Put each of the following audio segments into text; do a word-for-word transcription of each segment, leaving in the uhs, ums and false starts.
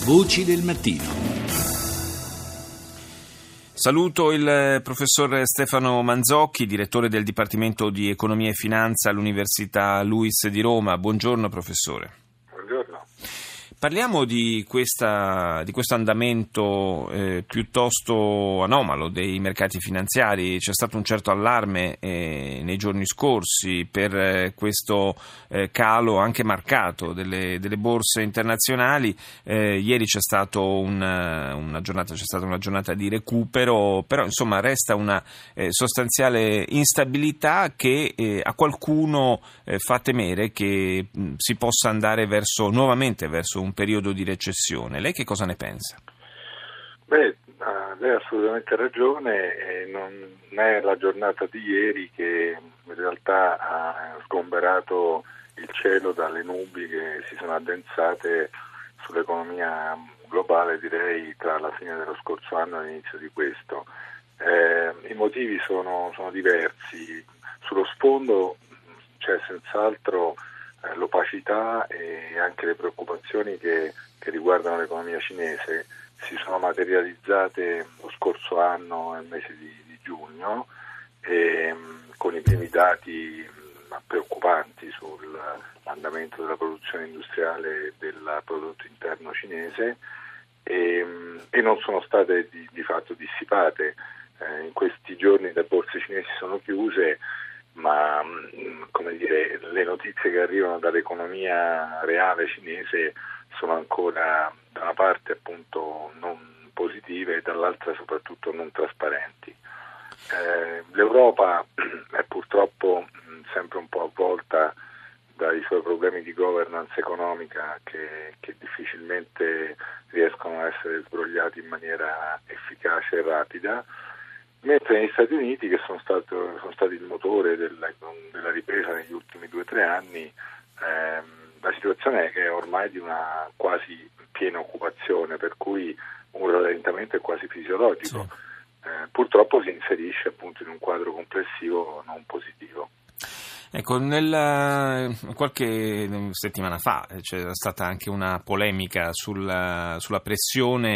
Voci del mattino. Saluto il professor Stefano Manzocchi, direttore del Dipartimento di Economia e Finanza all'Università Luis di Roma. Buongiorno professore. Buongiorno. Parliamo di, questa, di questo andamento eh, piuttosto anomalo dei mercati finanziari. C'è stato un certo allarme eh, nei giorni scorsi per eh, questo eh, calo anche marcato delle, delle borse internazionali. Eh, ieri c'è stato un, una giornata, c'è stata una giornata di recupero, però insomma resta una eh, sostanziale instabilità che eh, a qualcuno eh, fa temere che mh, si possa andare verso nuovamente verso un periodo di recessione. Lei che cosa ne pensa? Beh, lei ha assolutamente ragione, e non è la giornata di ieri che in realtà ha sgomberato il cielo dalle nubi che si sono addensate sull'economia globale, direi tra la fine dello scorso anno e l'inizio di questo. Eh, I motivi sono, sono diversi. Sullo sfondo c'è senz'altro l'opacità e anche le preoccupazioni che, che riguardano l'economia cinese si sono materializzate lo scorso anno nel mese di, di giugno e, con i primi dati preoccupanti sull'andamento della produzione industriale e del prodotto interno cinese e, e non sono state di, di fatto dissipate. Eh, in questi giorni le borse cinesi sono chiuse, ma come dire, le notizie che arrivano dall'economia reale cinese sono ancora da una parte appunto non positive e dall'altra soprattutto non trasparenti. Eh, L'Europa è purtroppo sempre un po' avvolta dai suoi problemi di governance economica che, che difficilmente riescono a essere sbrogliati in maniera efficace e rapida, mentre negli Stati Uniti, che sono, stato, sono stati il motore della, della ripresa negli ultimi due o tre anni, ehm, la situazione è ormai di una quasi piena occupazione, per cui un rallentamento è quasi fisiologico. Sì. Eh, purtroppo si inserisce appunto in un quadro complessivo non positivo. Ecco, nel, qualche settimana fa c'era stata anche una polemica sulla, sulla pressione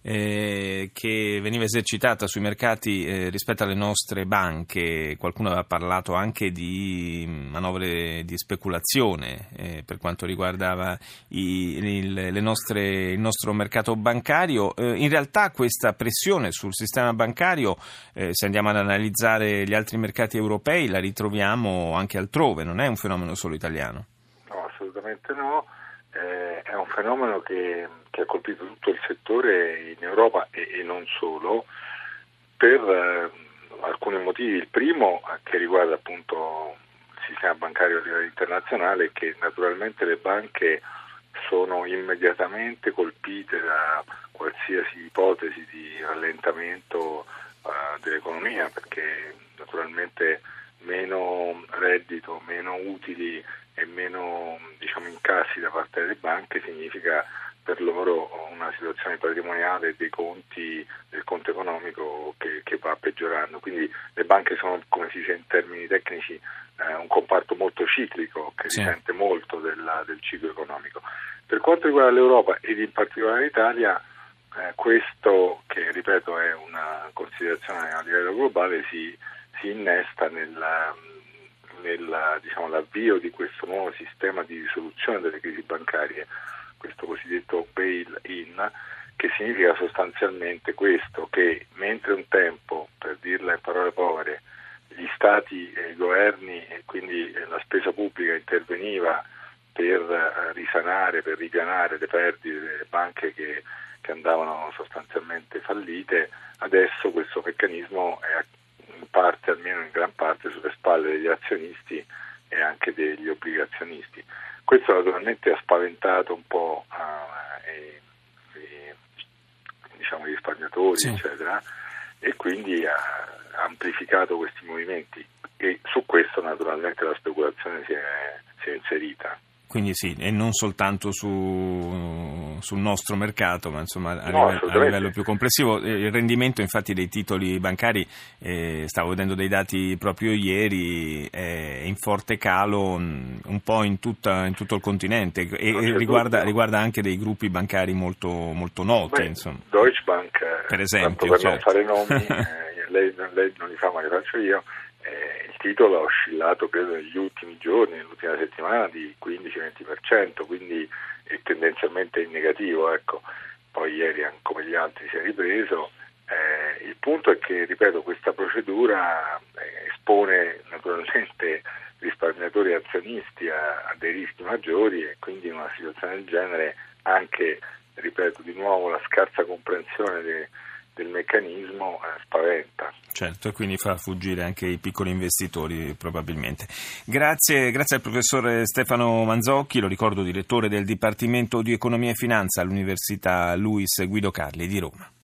eh, che veniva esercitata sui mercati eh, rispetto alle nostre banche. Qualcuno aveva parlato anche di manovre di speculazione eh, per quanto riguardava i, il, le nostre, il nostro mercato bancario. Eh, in realtà questa pressione sul sistema bancario, eh, se andiamo ad analizzare gli altri mercati europei, la ritroviamo anche altrove, non è un fenomeno solo italiano. No, assolutamente no, eh, è un fenomeno che, che ha colpito tutto il settore in Europa e, e non solo, per eh, alcuni motivi. Il primo, che riguarda appunto il sistema bancario a livello internazionale, è che naturalmente le banche sono immediatamente colpite da qualsiasi ipotesi di rallentamento uh, dell'economia, perché naturalmente meno reddito, meno utili e meno diciamo incassi da parte delle banche significa per loro una situazione patrimoniale dei conti, del conto economico che, che va peggiorando. Quindi le banche sono, come si dice in termini tecnici, eh, un comparto molto ciclico che sì. risente molto della, del ciclo economico. Per quanto riguarda l'Europa ed in particolare l'Italia, eh, questo, che ripeto è una considerazione a livello globale, si si innesta nella, nella, diciamo, l'avvio di questo nuovo sistema di risoluzione delle crisi bancarie, questo cosiddetto bail-in, che significa sostanzialmente questo, che mentre un tempo, per dirla in parole povere, gli stati e i governi e quindi la spesa pubblica interveniva per risanare, per ripianare le perdite delle banche che, che andavano sostanzialmente fallite, adesso questo meccanismo è in parte, almeno in gran parte, sulle spalle degli azionisti e anche degli obbligazionisti. Questo naturalmente ha spaventato un po' uh, i, i, diciamo, i risparmiatori, sì. eccetera, e quindi ha amplificato questi movimenti e su questo naturalmente la speculazione si è, si è inserita. Quindi sì, e non soltanto su sul nostro mercato, ma insomma a, no, livello, a livello più complessivo. Il rendimento infatti dei titoli bancari, eh, stavo vedendo dei dati proprio ieri, è in forte calo un po' in, tutta, in tutto il continente e, e riguarda, riguarda anche dei gruppi bancari molto, molto noti. Beh, insomma. Deutsche Bank, per esempio, per certo. non fare nomi, eh, lei, lei non li fa ma li faccio io. Eh, il titolo ha oscillato credo negli ultimi giorni, nell'ultima settimana di quindici venti per cento, quindi è tendenzialmente in negativo, ecco. Poi ieri come gli altri si è ripreso. Eh, il punto è che, ripeto, questa procedura eh, espone naturalmente risparmiatori e azionisti a, a dei rischi maggiori e quindi in una situazione del genere anche, ripeto di nuovo, la scarsa comprensione de, del meccanismo eh, spaventa. Certo, e quindi fa fuggire anche i piccoli investitori probabilmente. Grazie, grazie al professor Stefano Manzocchi, lo ricordo direttore del Dipartimento di Economia e Finanza all'Università Luis Guido Carli di Roma.